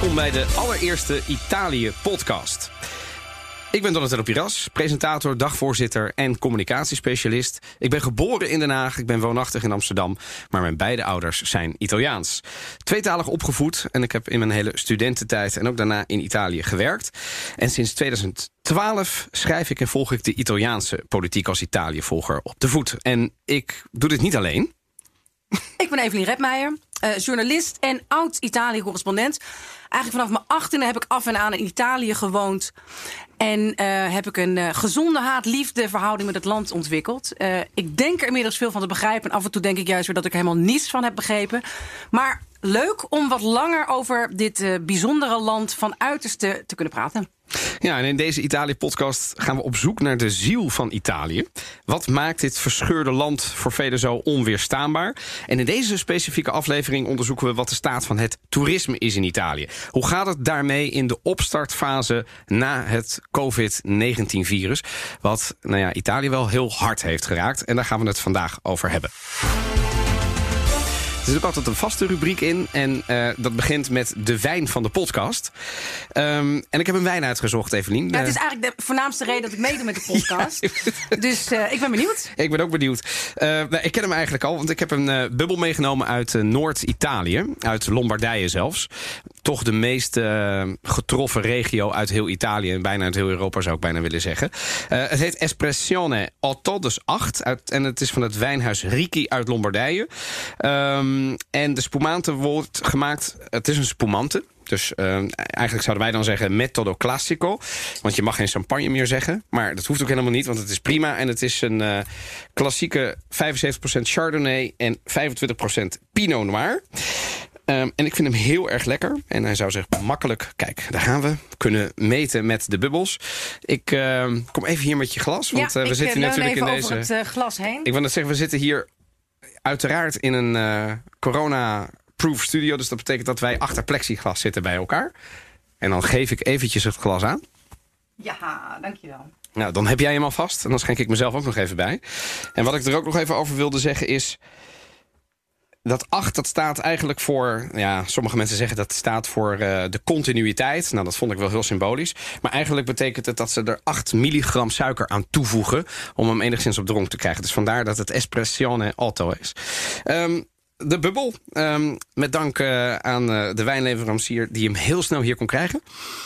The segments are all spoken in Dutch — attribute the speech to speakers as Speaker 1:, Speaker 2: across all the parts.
Speaker 1: Welkom bij de allereerste Italië-podcast. Ik ben Donatello Piras, presentator, dagvoorzitter en communicatiespecialist. Ik ben geboren in Den Haag, ik ben woonachtig in Amsterdam, maar mijn beide ouders zijn Italiaans. Tweetalig opgevoed en ik heb in mijn hele studententijd en ook daarna in Italië gewerkt. En sinds 2012 schrijf ik en volg ik de Italiaanse politiek als Italië-volger op de voet. En ik doe dit niet alleen.
Speaker 2: Ik ben Evelien Redmeijer, journalist en oud-Italië-correspondent. Eigenlijk vanaf mijn 18e heb ik af en aan in Italië gewoond. En heb ik een gezonde haat-liefde verhouding met het land ontwikkeld. Ik denk er inmiddels veel van te begrijpen. En af en toe denk ik juist weer dat ik er helemaal niets van heb begrepen. Maar leuk om wat langer over dit bijzondere land van uiterste te kunnen praten.
Speaker 1: Ja, en in deze Italië-podcast gaan we op zoek naar de ziel van Italië. Wat maakt dit verscheurde land voor velen zo onweerstaanbaar? En in deze specifieke aflevering onderzoeken we wat de staat van het toerisme is in Italië. Hoe gaat het daarmee in de opstartfase na het COVID-19-virus? Wat Italië wel heel hard heeft geraakt. En daar gaan we het vandaag over hebben. Er zit ook altijd een vaste rubriek in. En dat begint met de wijn van de podcast. En ik heb een wijn uitgezocht, Evelien.
Speaker 2: Ja, het is eigenlijk de voornaamste reden dat ik meedoe met de podcast. Ja. Dus ik ben benieuwd.
Speaker 1: Ik ben ook benieuwd. Ik ken hem eigenlijk al, want ik heb een bubbel meegenomen uit Noord-Italië. Uit Lombardije zelfs. Toch de meest getroffen regio uit heel Italië. En bijna uit heel Europa, zou ik bijna willen zeggen. Het heet Espressione 8, dus 8. En het is van het wijnhuis Ricci uit Lombardije. En de spumante wordt gemaakt. Het is een spumante. Dus eigenlijk zouden wij dan zeggen metodo classico. Want je mag geen champagne meer zeggen. Maar dat hoeft ook helemaal niet, want het is prima. En het is een klassieke 75% Chardonnay en 25% Pinot Noir. En ik vind hem heel erg lekker. En hij zou zich makkelijk, kijk, daar gaan we, kunnen meten met de bubbels. Ik kom even hier met je glas. Want we zitten natuurlijk in deze.
Speaker 2: Over het glas heen.
Speaker 1: Ik wil net zeggen, we zitten hier uiteraard in een corona-proof studio. Dus dat betekent dat wij achter plexiglas zitten bij elkaar. En dan geef ik eventjes het glas aan.
Speaker 2: Ja, dankjewel.
Speaker 1: Nou, dan heb jij hem alvast. En dan schenk ik mezelf ook nog even bij. En wat ik er ook nog even over wilde zeggen is, dat 8, dat staat eigenlijk voor, sommige mensen zeggen dat staat voor de continuïteit. Nou, dat vond ik wel heel symbolisch. Maar eigenlijk betekent het dat ze er 8 milligram suiker aan toevoegen om hem enigszins op dronk te krijgen. Dus vandaar dat het Espressione 8 is. De bubbel, met dank aan de wijnleverancier die hem heel snel hier kon krijgen.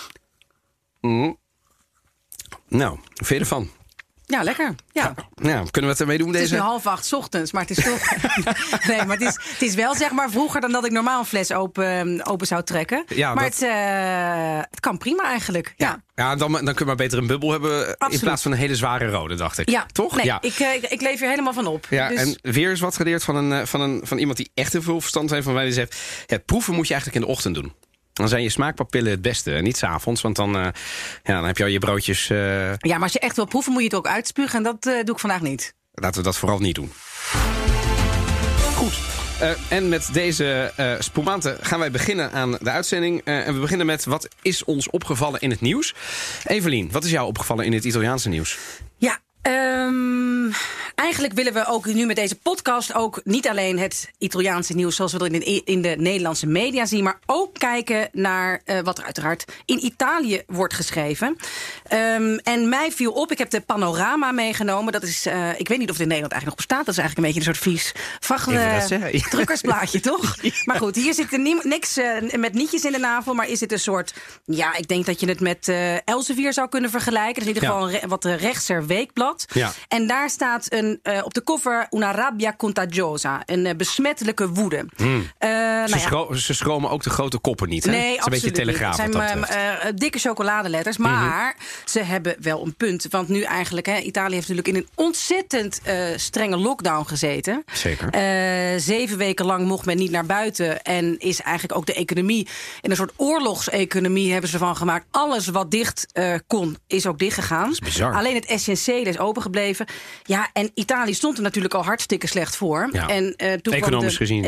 Speaker 1: Nou, hoe vind je ervan?
Speaker 2: Ja, lekker. Ja.
Speaker 1: Kunnen we het ermee doen?
Speaker 2: Het is nu 7:30 ochtends, maar het is toch. Nee, maar het is wel zeg maar vroeger dan dat ik normaal een fles open zou trekken. Ja, maar het kan prima eigenlijk.
Speaker 1: Ja, dan kun je maar beter een bubbel hebben. Absoluut. In plaats van een hele zware rode, dacht ik.
Speaker 2: Ja,
Speaker 1: toch?
Speaker 2: Nee, ja. Ik leef hier helemaal van op.
Speaker 1: Ja, dus en weer eens wat geleerd van iemand die echt heel veel verstand heeft van wijn. Die zegt, het proeven moet je eigenlijk in de ochtend doen. Dan zijn je smaakpapillen het beste. Niet 's avonds, want dan heb je al je broodjes.
Speaker 2: Ja, maar als je echt wil proeven, moet je het ook uitspugen. En dat doe ik vandaag niet.
Speaker 1: Laten we dat vooral niet doen. Goed. En met deze spumante gaan wij beginnen aan de uitzending. En we beginnen met wat is ons opgevallen in het nieuws. Evelien, wat is jou opgevallen in het Italiaanse nieuws?
Speaker 2: Ja, eigenlijk willen we ook nu met deze podcast ook niet alleen het Italiaanse nieuws zoals we dat in de Nederlandse media zien, maar ook kijken naar wat er uiteraard in Italië wordt geschreven. En mij viel op, ik heb de Panorama meegenomen. Dat is, ik weet niet of het in Nederland eigenlijk nog bestaat. Dat is eigenlijk een beetje een soort vies drukkersblaadje, toch? Ja. Maar goed, hier zit niks met nietjes in de navel, maar is het een soort, ik denk dat je het met Elsevier zou kunnen vergelijken. Dat is in ieder geval een wat rechtser weekblad. Ja. En daar staat op de cover una rabbia contagiosa. Een besmettelijke woede.
Speaker 1: Ze schromen ook de grote koppen niet, hè?
Speaker 2: Nee,
Speaker 1: het is een beetje telegraaf.
Speaker 2: Het zijn dikke chocoladeletters. Maar ze hebben wel een punt. Want nu eigenlijk, Italië heeft natuurlijk in een ontzettend strenge lockdown gezeten.
Speaker 1: Zeker.
Speaker 2: 7 weken lang mocht men niet naar buiten. En is eigenlijk ook de economie in een soort oorlogseconomie hebben ze ervan gemaakt. Alles wat dicht kon, is ook dichtgegaan. Dat is bizar. Alleen het essentiële is opengebleven. Ja, en Italië stond er natuurlijk al hartstikke slecht voor.
Speaker 1: Ja.
Speaker 2: En toen
Speaker 1: economisch gezien.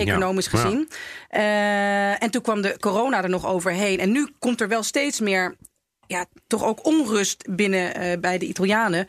Speaker 2: En toen kwam de corona er nog overheen. En nu komt er wel steeds meer, toch ook onrust binnen bij de Italianen.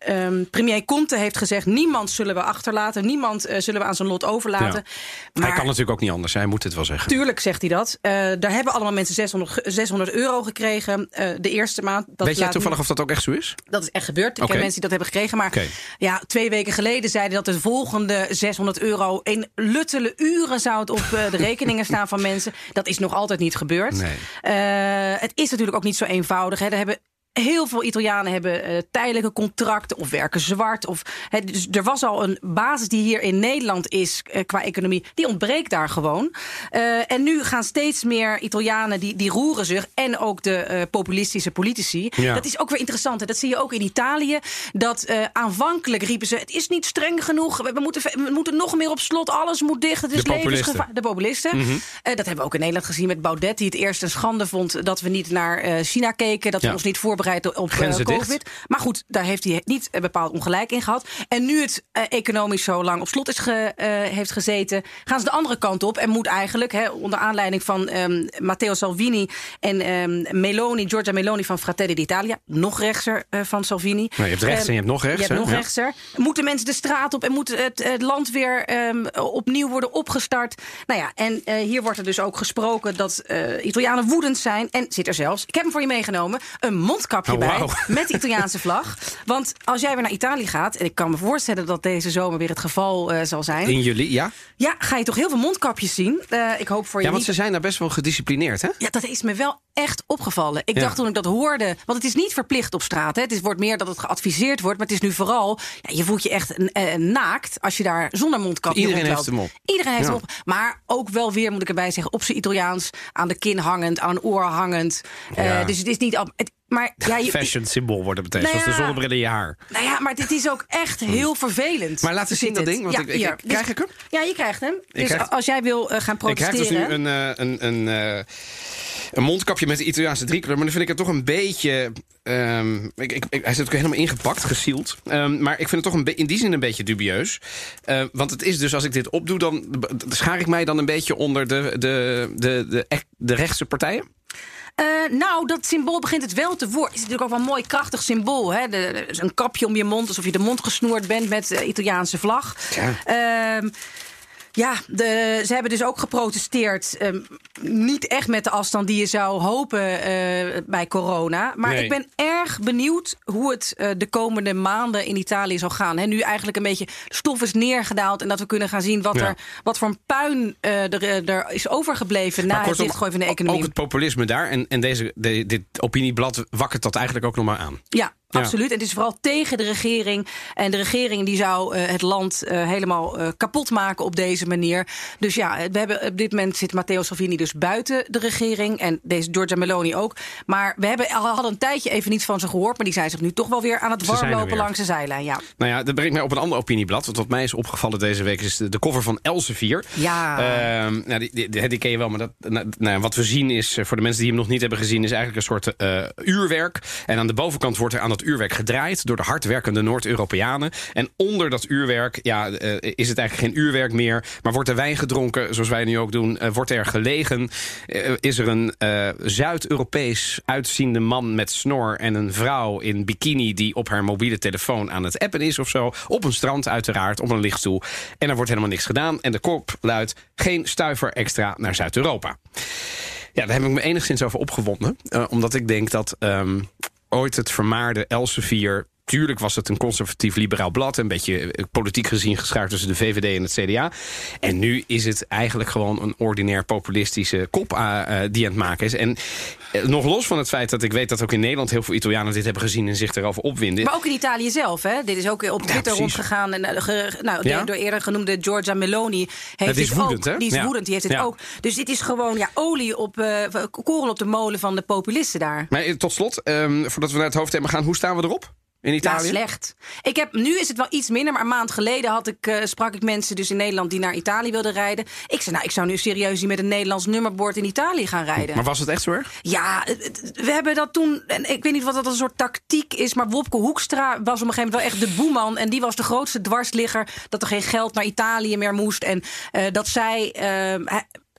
Speaker 2: premier Conte heeft gezegd, niemand zullen we achterlaten. Niemand zullen we aan zijn lot overlaten.
Speaker 1: Ja.
Speaker 2: Maar
Speaker 1: hij kan natuurlijk ook niet anders. Hij moet het wel zeggen.
Speaker 2: Tuurlijk zegt hij dat. Daar hebben allemaal mensen €600 gekregen de eerste maand.
Speaker 1: Weet jij toevallig of dat ook echt zo is?
Speaker 2: Dat is echt gebeurd. Ik ken mensen die dat hebben gekregen. Maar ja, 2 weken geleden zeiden dat de volgende €600 in luttele uren zou het op de rekeningen staan van mensen. Dat is nog altijd niet gebeurd.
Speaker 1: Nee.
Speaker 2: Het is natuurlijk ook niet zo eenvoudig. Hè. Er hebben heel veel Italianen hebben tijdelijke contracten of werken zwart. Dus er was al een basis die hier in Nederland is qua economie. Die ontbreekt daar gewoon. En nu gaan steeds meer Italianen die roeren zich. En ook de populistische politici. Ja. Dat is ook weer interessant. Hè? Dat zie je ook in Italië. Dat aanvankelijk riepen ze, het is niet streng genoeg. We moeten nog meer op slot. Alles moet dicht. Het is levensgevaar. De populisten. Mm-hmm. Dat hebben we ook in Nederland gezien met Baudet. Die het eerst een schande vond dat we niet naar China keken. Dat we ons niet voorbereiden op COVID. Dicht. Maar goed, daar heeft hij niet bepaald ongelijk in gehad. En nu het economisch zo lang op slot heeft gezeten, gaan ze de andere kant op. En moet eigenlijk, onder aanleiding van Matteo Salvini en Giorgia Meloni van Fratelli d'Italia, nog rechtser van Salvini.
Speaker 1: Nou, je hebt rechts en je hebt nog rechts.
Speaker 2: Je hebt nog rechtser. Moeten mensen de straat op en moet het land weer opnieuw worden opgestart. Nou ja, en hier wordt er dus ook gesproken dat Italianen woedend zijn. En zit er zelfs, ik heb hem voor je meegenomen, een mondkapje bij met de Italiaanse vlag. Want als jij weer naar Italië gaat, en ik kan me voorstellen dat deze zomer weer het geval zal zijn.
Speaker 1: In juli, ja? Ja,
Speaker 2: ga je toch heel veel mondkapjes zien. Ik hoop voor je.
Speaker 1: Ja, want ze zijn daar best wel gedisciplineerd, hè?
Speaker 2: Ja, dat is me wel echt opgevallen. Ik dacht toen ik dat hoorde, want het is niet verplicht op straat. Hè. Het wordt meer dat het geadviseerd wordt, maar het is nu vooral, je voelt je echt naakt als je daar zonder mondkapje
Speaker 1: Iedereen heeft hem op.
Speaker 2: Iedereen heeft hem op. Maar ook wel weer, moet ik erbij zeggen, op zijn Italiaans, aan de kin hangend, aan een oor hangend. Dus het is niet maar
Speaker 1: fashion symbool worden meteen, zoals de zonnebril in je haar.
Speaker 2: Nou ja, maar dit is ook echt heel vervelend.
Speaker 1: Maar laten we zien dat ding, want krijg ik hem?
Speaker 2: Ja, je krijgt hem. Dus als jij wil gaan protesteren.
Speaker 1: Ik krijg dus nu een mondkapje met de Italiaanse driekleur, maar dan vind ik het toch een beetje. Hij zit ook helemaal ingepakt, gesield. Maar ik vind het toch in die zin een beetje dubieus. Want het is dus, als ik dit opdoe, dan schaar ik mij dan een beetje onder de rechtse partijen.
Speaker 2: Nou, dat symbool begint het wel te worden. Het is natuurlijk ook wel een mooi krachtig symbool. Hè? Een kapje om je mond, alsof je de mond gesnoerd bent met de Italiaanse vlag. Ja. Ze hebben dus ook geprotesteerd. Niet echt met de afstand die je zou hopen bij corona. Maar ik ben erg benieuwd hoe het de komende maanden in Italië zal gaan. Nu eigenlijk een beetje de stof is neergedaald. En dat we kunnen gaan zien wat voor een puin er is overgebleven na het dichtgooien van de economie.
Speaker 1: Ook het populisme daar. En dit opinieblad wakkert dat eigenlijk ook nog maar aan.
Speaker 2: Ja. Absoluut. En het is vooral tegen de regering. En de regering die zou het land helemaal kapot maken op deze manier. Dus ja, we hebben op dit moment zit Matteo Salvini dus buiten de regering. En deze Giorgia Meloni ook. Maar we hadden een tijdje even niets van ze gehoord. Maar die zijn zich nu toch wel weer aan het warmlopen langs de zijlijn. Ja.
Speaker 1: Nou ja, dat brengt mij op een ander opinieblad. Want wat mij is opgevallen deze week is de cover van Elsevier.
Speaker 2: Ja.
Speaker 1: Die ken je wel. Maar wat we zien is, voor de mensen die hem nog niet hebben gezien, is eigenlijk een soort uurwerk. En aan de bovenkant wordt er aan dat uurwerk gedraaid door de hardwerkende Noord-Europeanen. En onder dat uurwerk is het eigenlijk geen uurwerk meer, maar wordt er wijn gedronken, zoals wij nu ook doen. Wordt er gelegen. Is er een Zuid-Europees uitziende man met snor en een vrouw in bikini die op haar mobiele telefoon aan het appen is of zo. Op een strand uiteraard, op een lichtstoel. En er wordt helemaal niks gedaan. En de kop luidt: geen stuiver extra naar Zuid-Europa. Ja, daar heb ik me enigszins over opgewonden. Omdat ik denk dat ooit het vermaarde Elsevier, tuurlijk was het een conservatief-liberaal blad, een beetje politiek gezien geschaard tussen de VVD en het CDA. En nu is het eigenlijk gewoon een ordinair populistische kop die aan het maken is. En nog los van het feit dat ik weet dat ook in Nederland heel veel Italianen dit hebben gezien en zich erover opwinden.
Speaker 2: Maar ook in Italië zelf, hè? Dit is ook op Twitter rondgegaan. En door eerder genoemde Giorgia Meloni heeft
Speaker 1: is woedend, hè?
Speaker 2: Die is woedend, die heeft het ook. Dus dit is gewoon olie koren op de molen van de populisten daar.
Speaker 1: Maar tot slot, voordat we naar het hoofdthema gaan, hoe staan we erop? In Italië?
Speaker 2: Ja, slecht. Nu is het wel iets minder, maar een maand geleden sprak ik mensen dus in Nederland die naar Italië wilden rijden. Ik zei, ik zou nu serieus niet met een Nederlands nummerbord in Italië gaan rijden.
Speaker 1: Maar was het echt zo erg?
Speaker 2: Ja, we hebben dat toen, en ik weet niet wat dat een soort tactiek is, maar Wopke Hoekstra was op een gegeven moment wel echt de boeman. En die was de grootste dwarsligger dat er geen geld naar Italië meer moest. En dat zij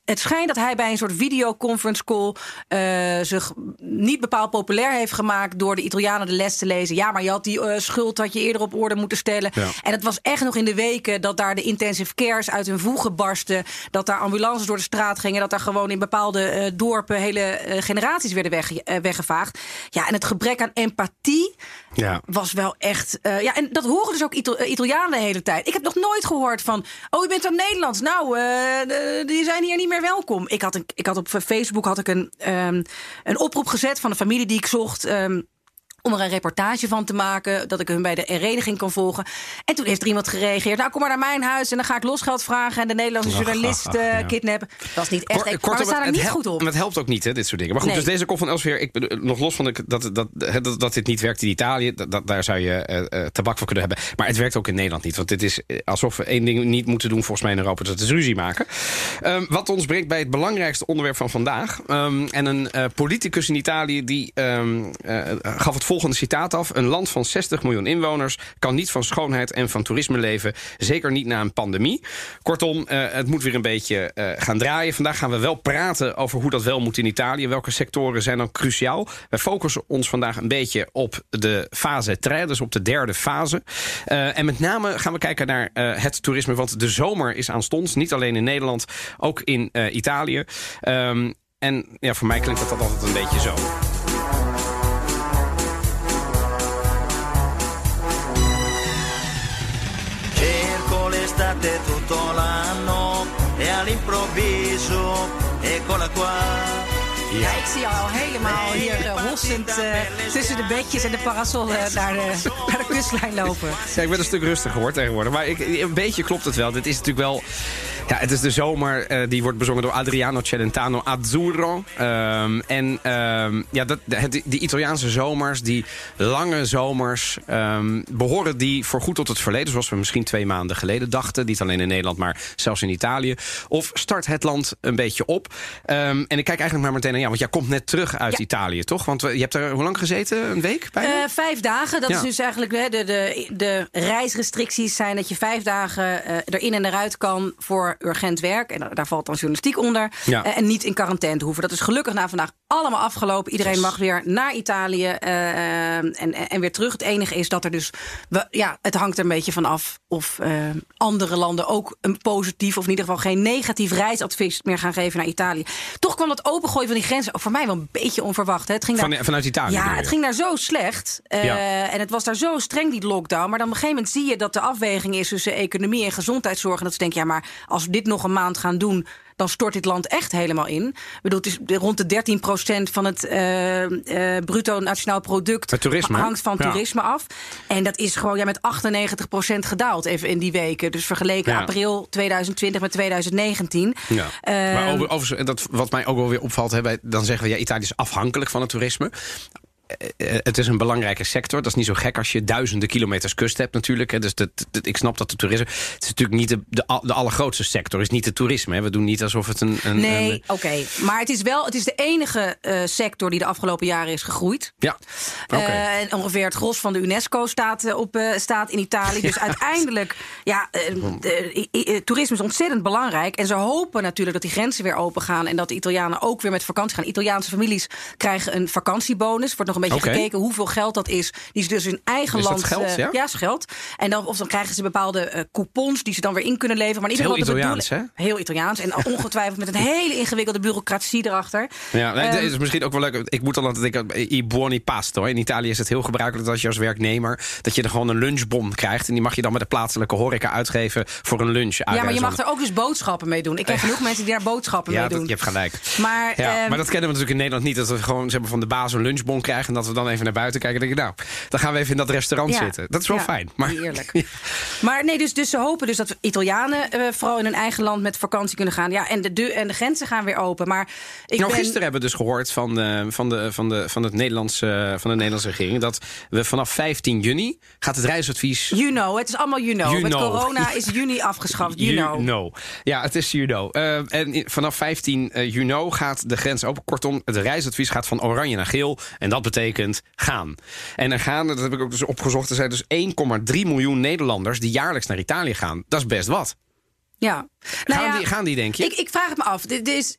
Speaker 2: het schijnt dat hij bij een soort videoconference call zich niet bepaald populair heeft gemaakt door de Italianen de les te lezen. Ja, maar je had die schuld had je eerder op orde moeten stellen. Ja. En het was echt nog in de weken dat daar de intensive cares uit hun voegen barsten, dat daar ambulances door de straat gingen, dat daar gewoon in bepaalde dorpen hele generaties werden weggevaagd. Ja, en het gebrek aan empathie was wel echt. En dat horen dus ook Italianen de hele tijd. Ik heb nog nooit gehoord van, je bent uit Nederlands. Nou, die zijn hier niet meer welkom. Ik had op Facebook een oproep gezet van een familie die ik zocht. Om er een reportage van te maken, dat ik hun bij de hereniging kan volgen. En toen heeft er iemand gereageerd. Nou, kom maar naar mijn huis en dan ga ik losgeld vragen en de Nederlandse journalist kidnappen. Dat is niet echt. Maar we staan er niet goed op.
Speaker 1: Maar het helpt ook niet, hè, dit soort dingen. Maar goed, dus deze kop van Elsevier, nog los van dat dit niet werkt in Italië, daar zou je tabak voor kunnen hebben. Maar het werkt ook in Nederland niet. Want dit is alsof we één ding niet moeten doen, volgens mij in Europa, dat is ruzie maken. Wat ons brengt bij het belangrijkste onderwerp van vandaag. En een politicus in Italië die gaf het volgende citaat af. Een land van 60 miljoen inwoners kan niet van schoonheid en van toerisme leven. Zeker niet na een pandemie. Kortom, het moet weer een beetje gaan draaien. Vandaag gaan we wel praten over hoe dat wel moet in Italië. Welke sectoren zijn dan cruciaal? Wij focussen ons vandaag een beetje op de fase 3, dus op de derde fase. En met name gaan we kijken naar het toerisme. Want de zomer is aanstonds. Niet alleen in Nederland, ook in Italië. En ja, voor mij klinkt dat altijd een beetje zo.
Speaker 3: L'estate tutto l'anno e all'improvviso eccola qua.
Speaker 2: Ja, ik zie jou al helemaal hier hossend tussen de bedjes en de parasollen naar de kustlijn lopen.
Speaker 1: Ja, ik ben een stuk rustiger hoor tegenwoordig. Maar een beetje klopt het wel. Dit is natuurlijk wel. Ja, het is de zomer. Die wordt bezongen door Adriano Celentano Azzurro. Die Italiaanse zomers, die lange zomers, behoren die voorgoed tot het verleden, zoals we misschien 2 maanden geleden dachten. Niet alleen in Nederland, maar zelfs in Italië. Of start het land een beetje op. En ik kijk eigenlijk maar meteen naar want jij komt net terug uit Italië, toch? Want je hebt er hoe lang gezeten? Een week bijna?
Speaker 2: 5 dagen. Dat is dus eigenlijk de reisrestricties zijn dat je 5 dagen erin en eruit kan voor urgent werk. En daar valt dan journalistiek onder. Ja. En niet in quarantaine hoeven. Dat is gelukkig na vandaag allemaal afgelopen. Iedereen mag weer naar Italië en weer terug. Het enige is dat er dus het hangt er een beetje van af of andere landen ook een positief of in ieder geval geen negatief reisadvies meer gaan geven naar Italië. Toch kwam dat opengooien van die grenzen ook voor mij wel een beetje onverwacht. Hè. Het ging
Speaker 1: vanuit Italië?
Speaker 2: Ja, het ging daar zo slecht. En het was daar zo streng, die lockdown. Maar dan op een gegeven moment zie je dat de afweging is tussen economie en gezondheidszorg. En dat ze denken, ja, maar als we dit nog een maand gaan doen, dan stort dit land echt helemaal in. Ik bedoel, het is rond de 13% van het bruto nationaal product hangt van toerisme af. En dat is gewoon met 98% gedaald even in die weken. Dus vergeleken april 2020 met 2019. Ja.
Speaker 1: Maar overigens, wat mij ook wel weer opvalt, dan zeggen we, Italië is afhankelijk van het toerisme. Het is een belangrijke sector. Dat is niet zo gek als je duizenden kilometers kust hebt natuurlijk. Hè. Dus ik snap dat het toerisme. Het is natuurlijk niet de allergrootste sector. Het is niet het toerisme. Hè. We doen niet alsof het
Speaker 2: Nee, oké. Maar het is de enige sector die de afgelopen jaren is gegroeid.
Speaker 1: Ja.
Speaker 2: En ongeveer het gros van de UNESCO staat in Italië. Dus uiteindelijk, toerisme is ontzettend belangrijk. En ze hopen natuurlijk dat die grenzen weer open gaan en dat de Italianen ook weer met vakantie gaan. Italiaanse families krijgen een vakantiebonus. Wordt nog een beetje gekeken hoeveel geld dat is. Die ze dus in eigen land.
Speaker 1: Dat geld,
Speaker 2: is geld. En dan krijgen ze bepaalde coupons die ze dan weer in kunnen leveren. Maar in ieder geval
Speaker 1: heel Italiaans, hè?
Speaker 2: Heel Italiaans. En ongetwijfeld met een hele ingewikkelde bureaucratie erachter.
Speaker 1: Ja, het is misschien ook wel leuk. Ik moet dan altijd denken, i buoni pasto. In Italië is het heel gebruikelijk dat als je als werknemer dat je er gewoon een lunchbon krijgt. En die mag je dan met de plaatselijke horeca uitgeven voor een lunch.
Speaker 2: Ja, maar je mag er ook dus boodschappen mee doen. Ik ken genoeg mensen die daar boodschappen mee doen.
Speaker 1: Je hebt gelijk.
Speaker 2: Maar
Speaker 1: dat kennen we natuurlijk in Nederland niet. Dat we gewoon van de baas een lunchbon krijgen. En dat we dan even naar buiten kijken en denken, dan gaan we even in dat restaurant zitten. Dat is wel fijn. Maar
Speaker 2: heerlijk. Maar nee, dus ze hopen dus dat Italianen vooral in hun eigen land met vakantie kunnen gaan. Ja, en de grenzen gaan weer open. Maar
Speaker 1: gisteren hebben we dus gehoord van de Nederlandse regering dat we vanaf 15 juni gaat het reisadvies.
Speaker 2: Het is allemaal Met corona is juni afgeschaft.
Speaker 1: Ja, het is en vanaf 15 juni gaat de grens open. Kortom, het reisadvies gaat van oranje naar geel. En dat betekent gaan. En dat heb ik ook dus opgezocht, er zijn dus 1,3 miljoen Nederlanders die jaarlijks naar Italië gaan. Dat is best wat.
Speaker 2: Ja.
Speaker 1: Gaan die, denk je?
Speaker 2: Ik vraag het me af.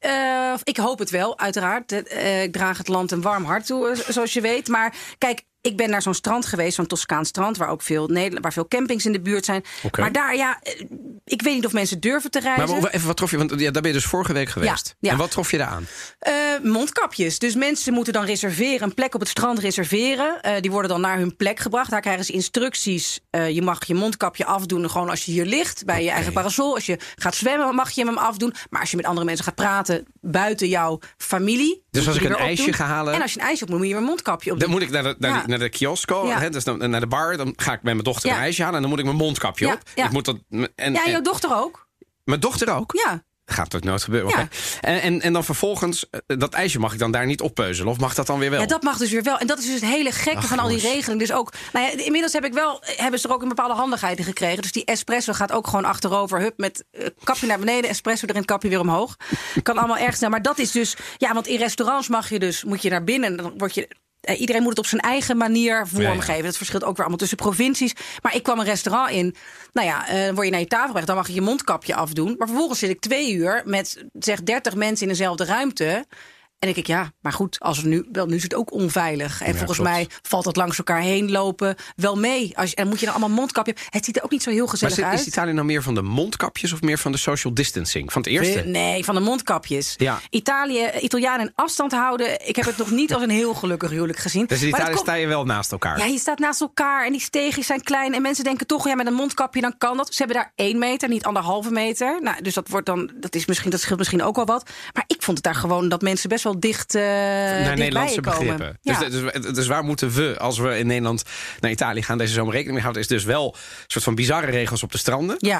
Speaker 2: Ik hoop het wel, uiteraard. Ik draag het land een warm hart toe, zoals je weet. Maar kijk, ik ben naar zo'n strand geweest, zo'n Toscaans strand, waar ook waar veel campings in de buurt zijn.
Speaker 1: Okay.
Speaker 2: Maar daar, ik weet niet of mensen durven te reizen.
Speaker 1: Maar even, wat trof je? Want daar ben je dus vorige week geweest.
Speaker 2: Ja.
Speaker 1: En wat trof je daar aan?
Speaker 2: Mondkapjes. Dus mensen moeten dan reserveren, een plek op het strand reserveren. Die worden dan naar hun plek gebracht. Daar krijgen ze instructies. Je mag je mondkapje afdoen gewoon als je hier ligt, bij je eigen parasol. Als je gaat zwemmen, mag je hem afdoen. Maar als je met andere mensen gaat praten, buiten jouw familie.
Speaker 1: Dus als ik een ijsje ga halen.
Speaker 2: En als je een ijsje op moet je een mondkapje op.
Speaker 1: Dan moet ik naar de kiosk, dus naar de bar. Dan ga ik met mijn dochter een ijsje halen en dan moet ik mijn mondkapje op.
Speaker 2: Ja.
Speaker 1: Ik moet dat,
Speaker 2: jouw dochter ook?
Speaker 1: Mijn dochter ook?
Speaker 2: Ja.
Speaker 1: Gaat toch nooit gebeuren? Ja. Okay. En dan vervolgens, dat ijsje mag ik dan daar niet oppeuzelen? Of mag dat dan weer wel?
Speaker 2: Ja, dat mag dus weer wel. En dat is dus het hele gekke van al die regelingen. Dus ook, inmiddels hebben ze er ook een bepaalde handigheid in gekregen. Dus die espresso gaat ook gewoon achterover. Hup, met kapje naar beneden, espresso erin, kapje weer omhoog. Kan allemaal erg snel. Maar dat is dus, want in restaurants moet je naar binnen en dan word je. Iedereen moet het op zijn eigen manier vormgeven. Ja. Dat verschilt ook weer allemaal tussen provincies. Maar ik kwam een restaurant in. Word je naar je tafel gebracht, dan mag je je mondkapje afdoen. Maar vervolgens zit ik 2 uur met 30 mensen in dezelfde ruimte. En denk ik, maar goed, nu is het ook onveilig. En volgens mij valt het langs elkaar heen lopen wel mee. En moet je dan allemaal mondkapje. Het ziet er ook niet zo heel gezellig uit.
Speaker 1: Is Italië nou meer van de mondkapjes of meer van de social distancing? Van het eerste?
Speaker 2: Nee, van de mondkapjes.
Speaker 1: Ja.
Speaker 2: Italianen in afstand houden. Ik heb het nog niet als een heel gelukkig huwelijk gezien.
Speaker 1: Dus in Italië sta je wel naast elkaar?
Speaker 2: Ja, je staat naast elkaar en die steegjes zijn klein. En mensen denken toch, met een mondkapje dan kan dat. Ze hebben daar 1 meter, niet 1,5 meter. Dus dat scheelt misschien ook wel wat. Maar ik vond het daar gewoon dat mensen best wel dicht
Speaker 1: naar Nederlandse begrippen.
Speaker 2: Ja.
Speaker 1: Dus waar moeten we, als we in Nederland naar Italië gaan, deze zomer rekening mee houden? Is dus wel een soort van bizarre regels op de stranden.
Speaker 2: Ja.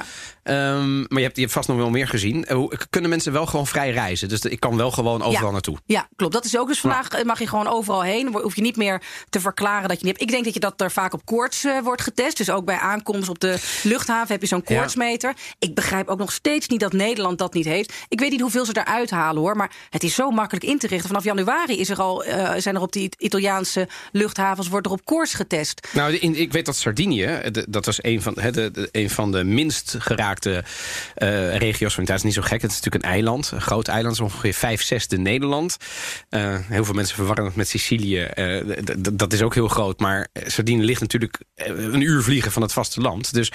Speaker 1: Maar je hebt vast nog wel meer gezien. Kunnen mensen wel gewoon vrij reizen? Dus ik kan wel gewoon overal naartoe.
Speaker 2: Ja, klopt. Dat is ook. Dus vandaag mag je gewoon overal heen. Hoef je niet meer te verklaren dat je niet hebt. Ik denk dat er vaak op koorts wordt getest. Dus ook bij aankomst op de luchthaven heb je zo'n koortsmeter. Ik begrijp ook nog steeds niet dat Nederland dat niet heeft. Ik weet niet hoeveel ze eruit halen, hoor. Maar het is zo makkelijk in te richten. Vanaf januari zijn er op die Italiaanse luchthavens wordt er op koorts getest.
Speaker 1: Nou, ik weet dat Sardinië, dat was een van de minst geraakte regio's van Italië. Het is niet zo gek. Het is natuurlijk een eiland, een groot eiland. Het is ongeveer 5/6 Nederland. Heel veel mensen verwarren het met Sicilië. Dat is ook heel groot. Maar Sardinië ligt natuurlijk een uur vliegen van het vasteland. Dus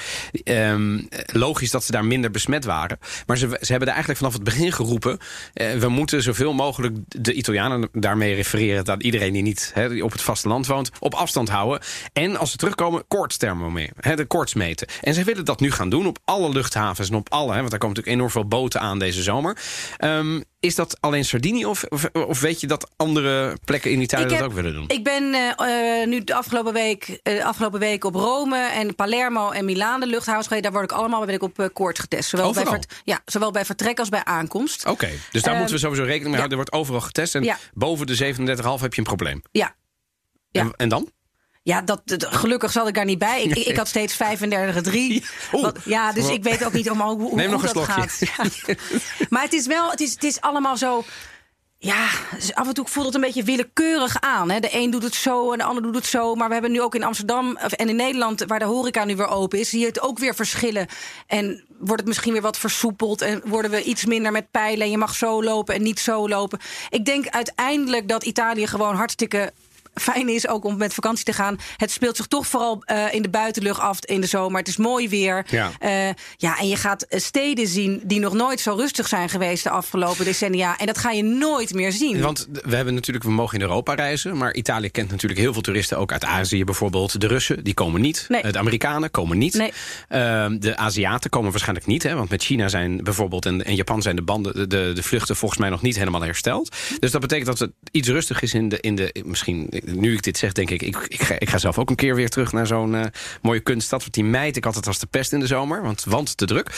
Speaker 1: logisch dat ze daar minder besmet waren. Maar ze hebben er eigenlijk vanaf het begin geroepen, we moeten zoveel mogelijk de Italianen, daarmee refereren aan iedereen die niet die op het vasteland woont, op afstand houden. En als ze terugkomen, koortsthermometer, de koorts meten. En zij willen dat nu gaan doen op alle luchthavens en op alle, want daar komen natuurlijk enorm veel boten aan deze zomer. Is dat alleen Sardinië of weet je dat andere plekken in Italië dat ook willen doen? Ik
Speaker 2: ben nu de afgelopen week op Rome en Palermo en Milaan de luchthavens geweest. Daar word ik allemaal op koorts getest. Zowel bij vertrek als bij aankomst.
Speaker 1: Oké, dus daar moeten we sowieso rekening mee houden. Er wordt overal getest en boven de 37,5 heb je een probleem.
Speaker 2: Ja.
Speaker 1: En dan?
Speaker 2: Ja, gelukkig zat ik daar niet bij. Ik had steeds 35,3. Dus ik weet ook niet hoe dat gaat. Ja. Maar het is allemaal zo. Ja, af en toe voelt het een beetje willekeurig aan. Hè. De een doet het zo en de ander doet het zo. Maar we hebben nu ook in Amsterdam en in Nederland, waar de horeca nu weer open is, zie je het ook weer verschillen. En wordt het misschien weer wat versoepeld en worden we iets minder met pijlen en je mag zo lopen en niet zo lopen. Ik denk uiteindelijk dat Italië gewoon hartstikke fijn is ook om met vakantie te gaan. Het speelt zich toch vooral in de buitenlucht af in de zomer. Het is mooi weer. Ja. En je gaat steden zien die nog nooit zo rustig zijn geweest de afgelopen decennia. En dat ga je nooit meer zien.
Speaker 1: Want we mogen in Europa reizen, maar Italië kent natuurlijk heel veel toeristen, ook uit Azië bijvoorbeeld. De Russen, die komen niet.
Speaker 2: Nee.
Speaker 1: De Amerikanen komen niet.
Speaker 2: Nee.
Speaker 1: De Aziaten komen waarschijnlijk niet. Want met China zijn bijvoorbeeld en Japan zijn de banden, de vluchten volgens mij nog niet helemaal hersteld. Dus dat betekent dat het iets rustig is in de misschien. Nu ik dit zeg, denk ik ga zelf ook een keer weer terug naar zo'n mooie kunststad. Want die mijt ik altijd als de pest in de zomer, want te druk.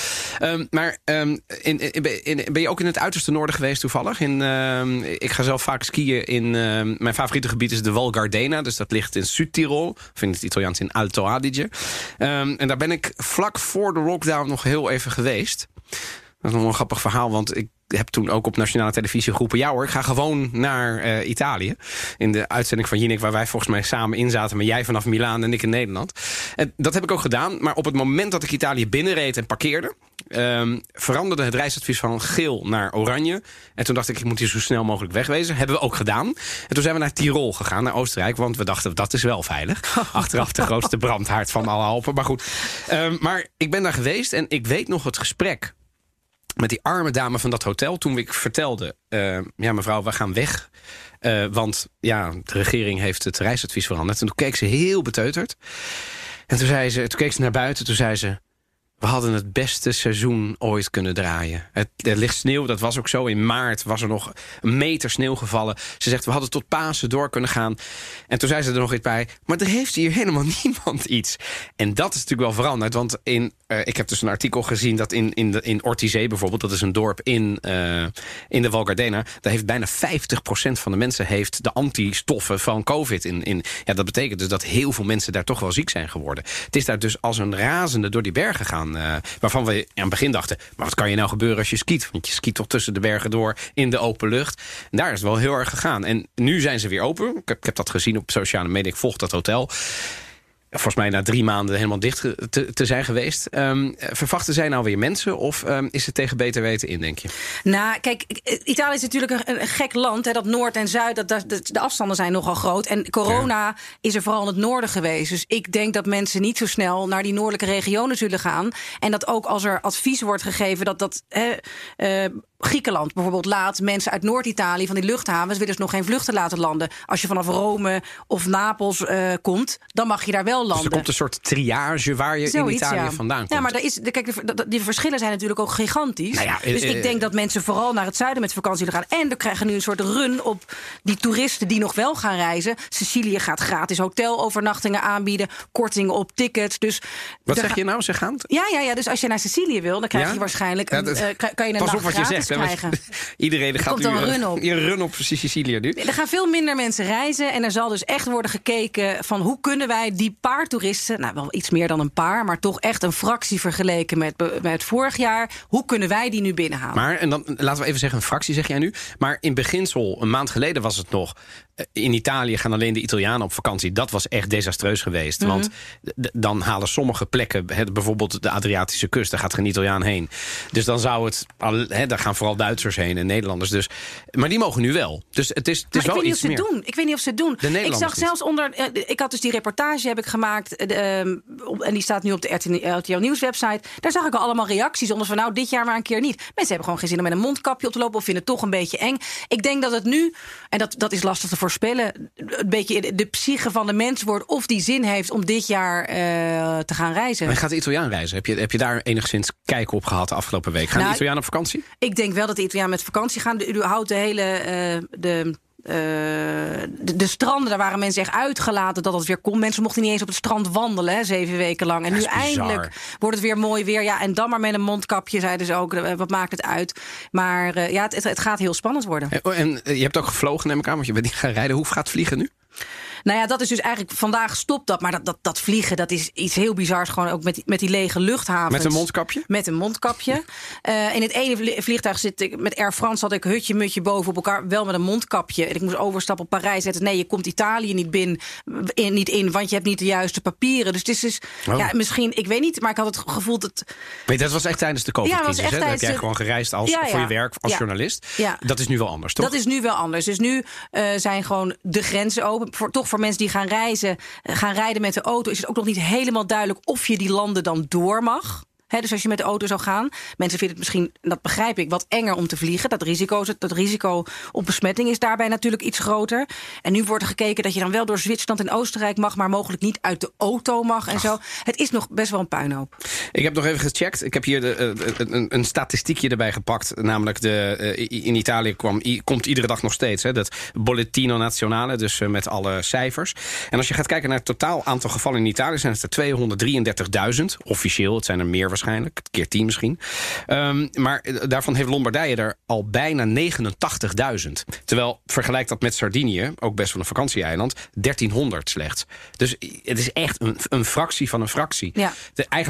Speaker 1: Ben je ook in het uiterste noorden geweest toevallig? Ik ga zelf vaak skiën in. Mijn favoriete gebied is de Val Gardena. Dus dat ligt in Zuid-Tirol. Of in het Italiaans in Alto Adige. En daar ben ik vlak voor de lockdown nog heel even geweest. Dat is nog een grappig verhaal, want ik heb toen ook op nationale televisie geroepen, ja hoor, ik ga gewoon naar Italië. In de uitzending van Jinek, waar wij volgens mij samen in zaten, maar jij vanaf Milaan en ik in Nederland. En dat heb ik ook gedaan, maar op het moment dat ik Italië binnenreed en parkeerde, veranderde het reisadvies van geel naar oranje. En toen dacht ik moet hier zo snel mogelijk wegwezen. Hebben we ook gedaan. En toen zijn we naar Tirol gegaan, naar Oostenrijk. Want we dachten, dat is wel veilig. Achteraf de grootste brandhaard van alle Alpen. Maar goed. Maar ik ben daar geweest en ik weet nog het gesprek met die arme dame van dat hotel. Toen ik vertelde, mevrouw, we gaan weg. Want de regering heeft het reisadvies veranderd. En toen keek ze heel beteuterd. En toen keek ze naar buiten. Toen zei ze, we hadden het beste seizoen ooit kunnen draaien. Er ligt sneeuw, dat was ook zo. In maart was er nog 1 meter sneeuw gevallen. Ze zegt, we hadden tot Pasen door kunnen gaan. En toen zei ze er nog iets bij, maar er heeft hier helemaal niemand iets. En dat is natuurlijk wel veranderd. Want ik heb dus een artikel gezien dat in Ortizee bijvoorbeeld, dat is een dorp in de Val Gardena, daar heeft bijna 50% van de mensen heeft de antistoffen van COVID in. Ja, dat betekent dus dat heel veel mensen daar toch wel ziek zijn geworden. Het is daar dus als een razende door die bergen gaan. Waarvan we aan het begin dachten, maar wat kan je nou gebeuren als je skiet? Want je skiet toch tussen de bergen door in de open lucht. En daar is het wel heel erg gegaan. En nu zijn ze weer open. Ik heb dat gezien op sociale media. Ik volg dat hotel. Volgens mij na 3 maanden helemaal dicht te zijn geweest. Verwachten zij nou weer mensen? Of is het tegen beter weten in, denk je?
Speaker 2: Nou, kijk, Italië is natuurlijk een gek land. Hè, dat Noord en Zuid, de afstanden zijn nogal groot. En corona is er vooral in het noorden geweest. Dus ik denk dat mensen niet zo snel naar die noordelijke regionen zullen gaan. En dat ook als er advies wordt gegeven Griekenland bijvoorbeeld laat mensen uit Noord-Italië van die luchthavens willen ze nog geen vluchten laten landen. Als je vanaf Rome of Napels komt, dan mag je daar wel landen.
Speaker 1: Dus er komt een soort triage waar je in Italië vandaan komt.
Speaker 2: Ja, maar die verschillen zijn natuurlijk ook gigantisch. Dus ik denk dat mensen vooral naar het zuiden met vakantie willen gaan. En we krijgen nu een soort run op die toeristen die nog wel gaan reizen. Sicilië gaat gratis hotelovernachtingen aanbieden, kortingen op tickets. Dus
Speaker 1: wat zeg je nou? Ze gaan?
Speaker 2: Ja, dus als je naar Sicilië wil, dan krijg je waarschijnlijk kan je een nacht gratis krijgen.
Speaker 1: Iedereen gaat nu een run op Sicilië nu.
Speaker 2: Er gaan veel minder mensen reizen. En er zal dus echt worden gekeken van hoe kunnen wij die paar toeristen, nou wel iets meer dan een paar, maar toch echt een fractie vergeleken met vorig jaar. Hoe kunnen wij die nu binnenhalen?
Speaker 1: Maar, en dan laten we even zeggen, een fractie zeg jij nu. Maar in beginsel, een maand geleden was het nog, in Italië gaan alleen de Italianen op vakantie. Dat was echt desastreus geweest. Mm-hmm. Want dan halen sommige plekken, bijvoorbeeld de Adriatische kust, daar gaat geen Italiaan heen. Dus dan zou het, daar gaan vooral Duitsers heen en Nederlanders. Dus, maar die mogen nu wel. Dus het is wel iets meer.
Speaker 2: Ik weet niet of ze het doen. Ik zag zelfs ik had dus die reportage heb ik gemaakt. En die staat nu op de RTL Nieuws website. Daar zag ik al allemaal reacties onder van dit jaar maar een keer niet. Mensen hebben gewoon geen zin om met een mondkapje op te lopen of vinden het toch een beetje eng. Ik denk dat het nu, en dat is lastig te voorspellen, een beetje de psyche van de mens wordt of die zin heeft om dit jaar te gaan reizen.
Speaker 1: Maar gaat de Italiaan reizen? Heb je daar enigszins kijk op gehad de afgelopen week? Gaan de Italianen op vakantie?
Speaker 2: Ik denk wel dat de Italianen met vakantie gaan. U houdt de hele de stranden, daar waren mensen echt uitgelaten dat het weer kon. Mensen mochten niet eens op het strand wandelen, 7 weken lang. En nu eindelijk wordt het weer mooi weer. Ja, en dan maar met een mondkapje, zeiden ze ook. Wat maakt het uit? Maar het gaat heel spannend worden.
Speaker 1: En je hebt ook gevlogen, neem ik aan, want je bent niet gaan rijden. Hoe gaat vliegen nu?
Speaker 2: Nou ja, dat is dus eigenlijk, vandaag stopt dat. Maar dat vliegen, dat is iets heel bizars. Gewoon ook met die lege luchthavens.
Speaker 1: Met een mondkapje?
Speaker 2: Met een mondkapje. In het ene vliegtuig zit ik, met Air France had ik hutje, mutje boven op elkaar. Wel met een mondkapje. En ik moest overstappen op Parijs. Nee, je komt Italië niet in, want je hebt niet de juiste papieren. Dus het is dus, misschien, ik weet niet, maar ik had het gevoel dat...
Speaker 1: Nee, dat was echt tijdens de COVID-crisis, hè? Dan heb jij gewoon gereisd voor je werk als journalist. Ja. Dat is nu wel anders, toch?
Speaker 2: Dat is nu wel anders. Dus nu zijn gewoon de grenzen open. Voor mensen die gaan rijden met de auto, is het ook nog niet helemaal duidelijk of je die landen dan door mag. Dus als je met de auto zou gaan, mensen vinden het misschien, dat begrijp ik, wat enger om te vliegen. Dat risico op besmetting is daarbij natuurlijk iets groter. En nu wordt er gekeken dat je dan wel door Zwitserland en Oostenrijk mag, maar mogelijk niet uit de auto mag en zo. Het is nog best wel een puinhoop.
Speaker 1: Ik heb nog even gecheckt. Ik heb hier een statistiekje erbij gepakt. Namelijk in Italië komt iedere dag nog steeds dat Bollettino Nazionale, dus met alle cijfers. En als je gaat kijken naar het totaal aantal gevallen in Italië, zijn het er 233.000. Officieel, het zijn er meer waarschijnlijk, keer 10 misschien. Maar daarvan heeft Lombardije er al bijna 89.000. Terwijl, vergelijk dat met Sardinië, ook best wel een vakantieeiland, 1300 slechts. Dus het is echt een fractie van een fractie. Ja. Eigenlijk was het daar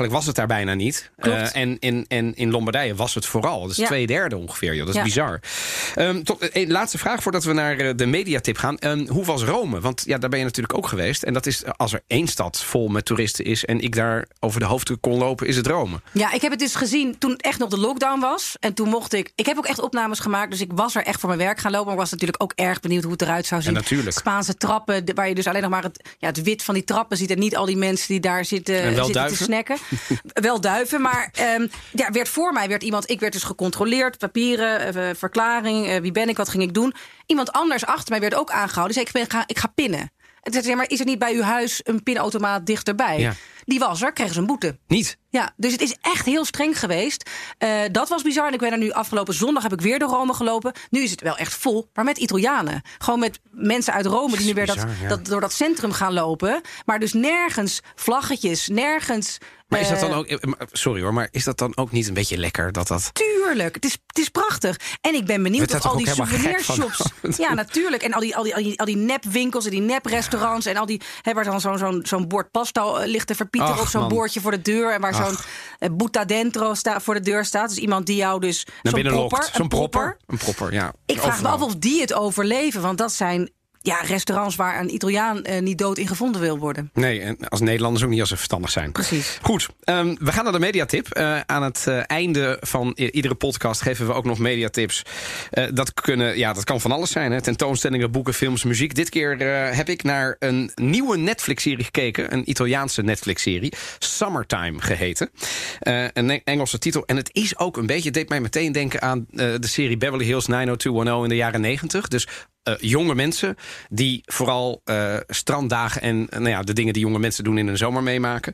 Speaker 1: daar bijna niet. En in Lombardije was het vooral. Dus 2/3 ongeveer. Joh. Dat is bizar. Tot een laatste vraag voordat we naar de mediatip gaan. Hoe was Rome? Want daar ben je natuurlijk ook geweest. En dat is, als er één stad vol met toeristen is en ik daar over de hoofdweg kon lopen, is het Rome. Ja,
Speaker 2: ik heb het dus gezien toen echt nog de lockdown was. En toen mocht ik heb ook echt opnames gemaakt. Dus ik was er echt voor mijn werk gaan lopen. Maar ik was natuurlijk ook erg benieuwd hoe het eruit zou zien.
Speaker 1: Ja, natuurlijk.
Speaker 2: Spaanse trappen, waar je dus alleen nog maar het wit van die trappen ziet. En niet al die mensen die daar zitten te snacken. Wel duiven, maar voor mij werd iemand... Ik werd dus gecontroleerd, papieren, verklaring. Wie ben ik, wat ging ik doen? Iemand anders achter mij werd ook aangehouden. Dus ik ga pinnen. En toen zei maar is er niet bij uw huis een pinautomaat dichterbij? Ja. Die was er, kregen ze een boete.
Speaker 1: Niet?
Speaker 2: Ja, dus het is echt heel streng geweest. Dat was bizar. En ik ben er nu afgelopen zondag heb ik weer door Rome gelopen. Nu is het wel echt vol, maar met Italianen. Gewoon met mensen uit Rome die nu weer door dat centrum gaan lopen. Maar dus nergens vlaggetjes, nergens...
Speaker 1: Maar is dat dan ook... Sorry hoor, maar is dat dan ook niet een beetje lekker?
Speaker 2: Tuurlijk, het is prachtig. En ik ben benieuwd of al die souvenirshops... Ja, natuurlijk. En al die nepwinkels en die neprestaurants... en al die... waar dan zo'n bord pasta ligt te verpieteren... of zo'n bordje voor de deur... en waar zo'n Butta Dentro voor de deur staat. Dus iemand die jou dus...
Speaker 1: Zo'n propper. Een propper, ja.
Speaker 2: Ik vraag me af of die het overleven, want dat zijn... restaurants waar een Italiaan niet dood in gevonden wil worden.
Speaker 1: Nee, en als Nederlanders ook niet als ze verstandig zijn.
Speaker 2: Precies.
Speaker 1: Goed, we gaan naar de mediatip. Aan het einde van iedere podcast geven we ook nog mediatips. Dat kan van alles zijn. Hè? Tentoonstellingen, boeken, films, muziek. Dit keer heb ik naar een nieuwe Netflix-serie gekeken. Een Italiaanse Netflix-serie. Summertime geheten. Een Engelse titel. En het is ook een beetje, het deed mij meteen denken aan de serie Beverly Hills 90210 in de jaren 90. Dus jonge mensen die vooral stranddagen en de dingen die jonge mensen doen in de zomer meemaken.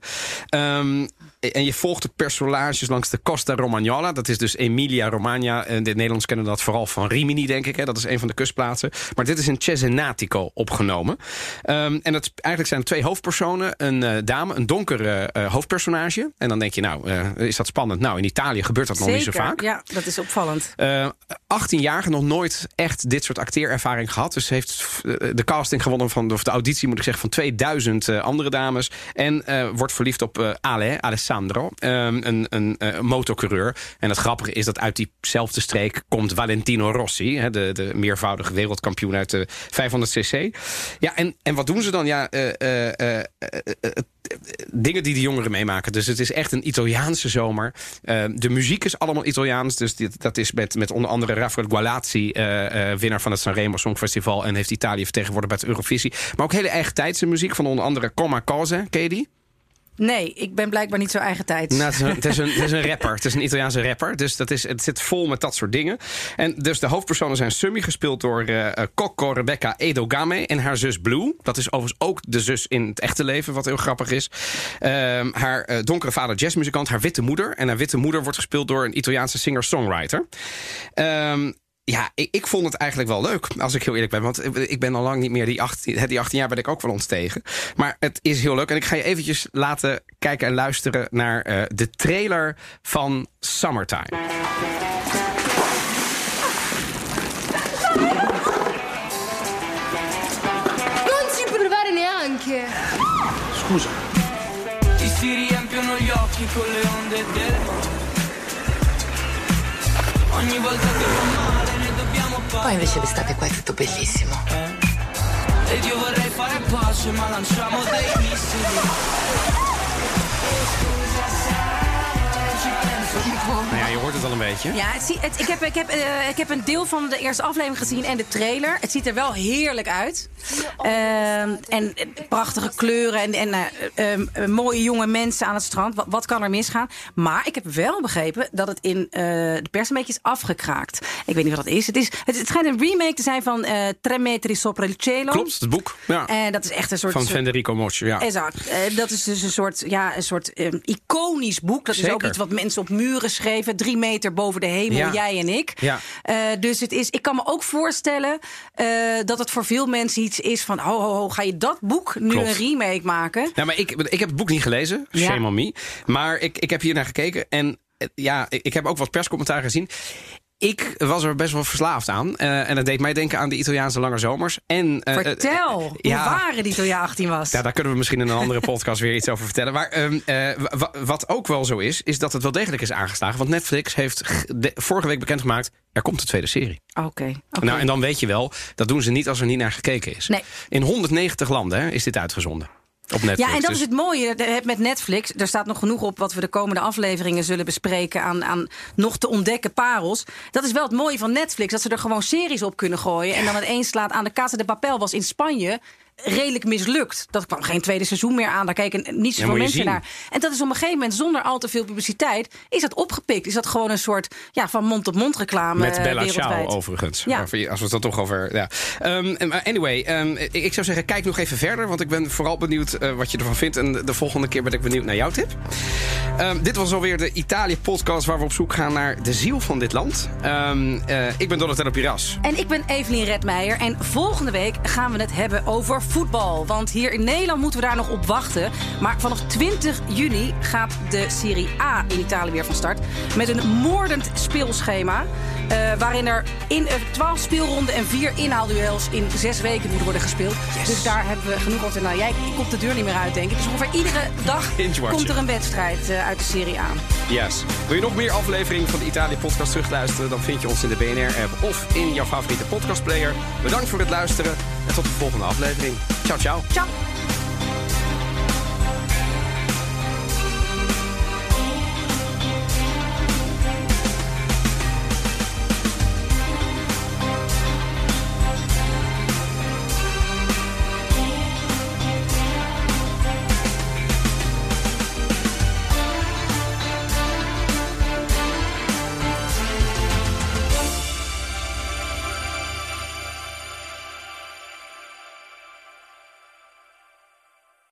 Speaker 1: En je volgt de personages langs de Costa Romagnola. Dat is dus Emilia-Romagna. In het Nederlands kennen we dat vooral van Rimini, denk ik. Hè? Dat is een van de kustplaatsen. Maar dit is in Cesenatico opgenomen. En eigenlijk zijn er 2 hoofdpersonen. Een dame, een donkere hoofdpersonage. En dan denk je, is dat spannend? Nou, in Italië gebeurt dat nog niet zo vaak.
Speaker 2: Ja, dat is opvallend.
Speaker 1: 18-jarige, nog nooit echt dit soort acteerervaring gehad. Dus heeft de casting gewonnen of de auditie moet ik zeggen, van 2000 andere dames. En wordt verliefd op Alessandro, een motocoureur. En het grappige is dat uit diezelfde streek komt Valentino Rossi, de meervoudige wereldkampioen uit de 500cc. Ja, en wat doen ze dan? Ja, dingen die de jongeren meemaken. Dus het is echt een Italiaanse zomer. De muziek is allemaal Italiaans. Dus dat is met onder andere Rafael Gualazzi, winnaar van het Sanremo Songfestival, en heeft Italië vertegenwoordigd bij het Eurovisie. Maar ook hele eigen tijdse muziek van onder andere Coma Cose. Ken je die?
Speaker 2: Nee, ik ben blijkbaar niet zo eigen tijd.
Speaker 1: Het is een rapper. Het is een Italiaanse rapper. Dus het zit vol met dat soort dingen. En dus de hoofdpersonen zijn Summi, gespeeld door Coco Rebecca Edogame, en haar zus Blue. Dat is overigens ook de zus in het echte leven, wat heel grappig is. Haar donkere vader jazzmuzikant, haar witte moeder. En haar witte moeder wordt gespeeld door een Italiaanse singer-songwriter. Ja, ik vond het eigenlijk wel leuk, als ik heel eerlijk ben. Want ik ben al lang niet meer die 18 jaar ben ik ook wel ontstegen. Maar het is heel leuk. En ik ga je eventjes laten kijken en luisteren naar de trailer van Summertime.
Speaker 4: Non ci provare neanche.
Speaker 3: Scusa.
Speaker 5: Ti si riempiono gli occhi con le onde del mare. Ogni volta che fa male ne dobbiamo parlare.
Speaker 4: Poi invece l'estate qua è tutto bellissimo.
Speaker 5: Ed io vorrei fare pace ma lanciamo dei missili.
Speaker 1: Nou ja, je hoort het al een beetje.
Speaker 2: Ja, ik heb een deel van de eerste aflevering gezien en de trailer. Het ziet er wel heerlijk uit. En prachtige kleuren en mooie jonge mensen aan het strand. Wat kan er misgaan? Maar ik heb wel begrepen dat het in de pers een beetje is afgekraakt. Ik weet niet wat dat is. Het schijnt een remake te zijn van Tre metri sopra il cielo.
Speaker 1: Klopt, het boek. Ja.
Speaker 2: En dat is echt een soort...
Speaker 1: Van Federico Mocci, ja.
Speaker 2: Exact. Dat is dus een soort iconisch boek. Dat is ook iets wat mensen op muren schreven. 3 meter boven de hemel, jij en ik. Ja. Dus ik kan me ook voorstellen dat het voor veel mensen iets is van... ga je dat boek nu een remake maken?
Speaker 1: Ja, maar ik heb het boek niet gelezen. Shame on me. Maar ik heb hier naar gekeken. En ik heb ook wat perscommentaar gezien. ik was er best wel verslaafd aan. En dat deed mij denken aan de Italiaanse lange zomers. En,
Speaker 2: Vertel, hoe waren die toen je 18 was?
Speaker 1: Ja, daar kunnen we misschien in een andere podcast weer iets over vertellen. Maar wat ook wel zo is dat het wel degelijk is aangeslagen. Want Netflix heeft vorige week bekendgemaakt, er komt een tweede serie.
Speaker 2: Oké.
Speaker 1: Nou, en dan weet je wel, dat doen ze niet als er niet naar gekeken is.
Speaker 2: Nee.
Speaker 1: In 190 landen is dit uitgezonden. Op Netflix.
Speaker 2: Ja, en dat is het mooie met Netflix. Er staat nog genoeg op wat we de komende afleveringen zullen bespreken aan nog te ontdekken parels. Dat is wel het mooie van Netflix, dat ze er gewoon series op kunnen gooien. En dan het een slaat aan. De Casa de Papel was in Spanje redelijk mislukt. Dat kwam geen tweede seizoen meer aan. Daar keken niet zoveel mensen naar. En dat is op een gegeven moment, zonder al te veel publiciteit, is dat opgepikt. Is dat gewoon een soort van mond-op-mond reclame
Speaker 1: met Bella
Speaker 2: wereldwijd.
Speaker 1: Ciao overigens.
Speaker 2: Ja.
Speaker 1: Als we het er toch over... Ja. Anyway, ik zou zeggen, kijk nog even verder. Want ik ben vooral benieuwd wat je ervan vindt. En de volgende keer ben ik benieuwd naar jouw tip. Dit was alweer de Italië-podcast waar we op zoek gaan naar de ziel van dit land. Ik ben Donatello Piras.
Speaker 2: En ik ben Evelien Redmeijer. En volgende week gaan we het hebben over voetbal. Want hier in Nederland moeten we daar nog op wachten. Maar vanaf 20 juni gaat de Serie A in Italië weer van start. Met een moordend speelschema. Waarin er in 12 speelronden en 4 inhaalduels in 6 weken moeten worden gespeeld. Yes. Dus daar hebben we genoeg over. Nou, jij komt de deur niet meer uit, denk ik. Dus ongeveer iedere dag komt er een wedstrijd uit de Serie A.
Speaker 1: Yes. Wil je nog meer afleveringen van de Italië-podcast terugluisteren? Dan vind je ons in de BNR-app of in jouw favoriete podcastplayer. Bedankt voor het luisteren en tot de volgende aflevering. Ciao, ciao.
Speaker 2: Ciao.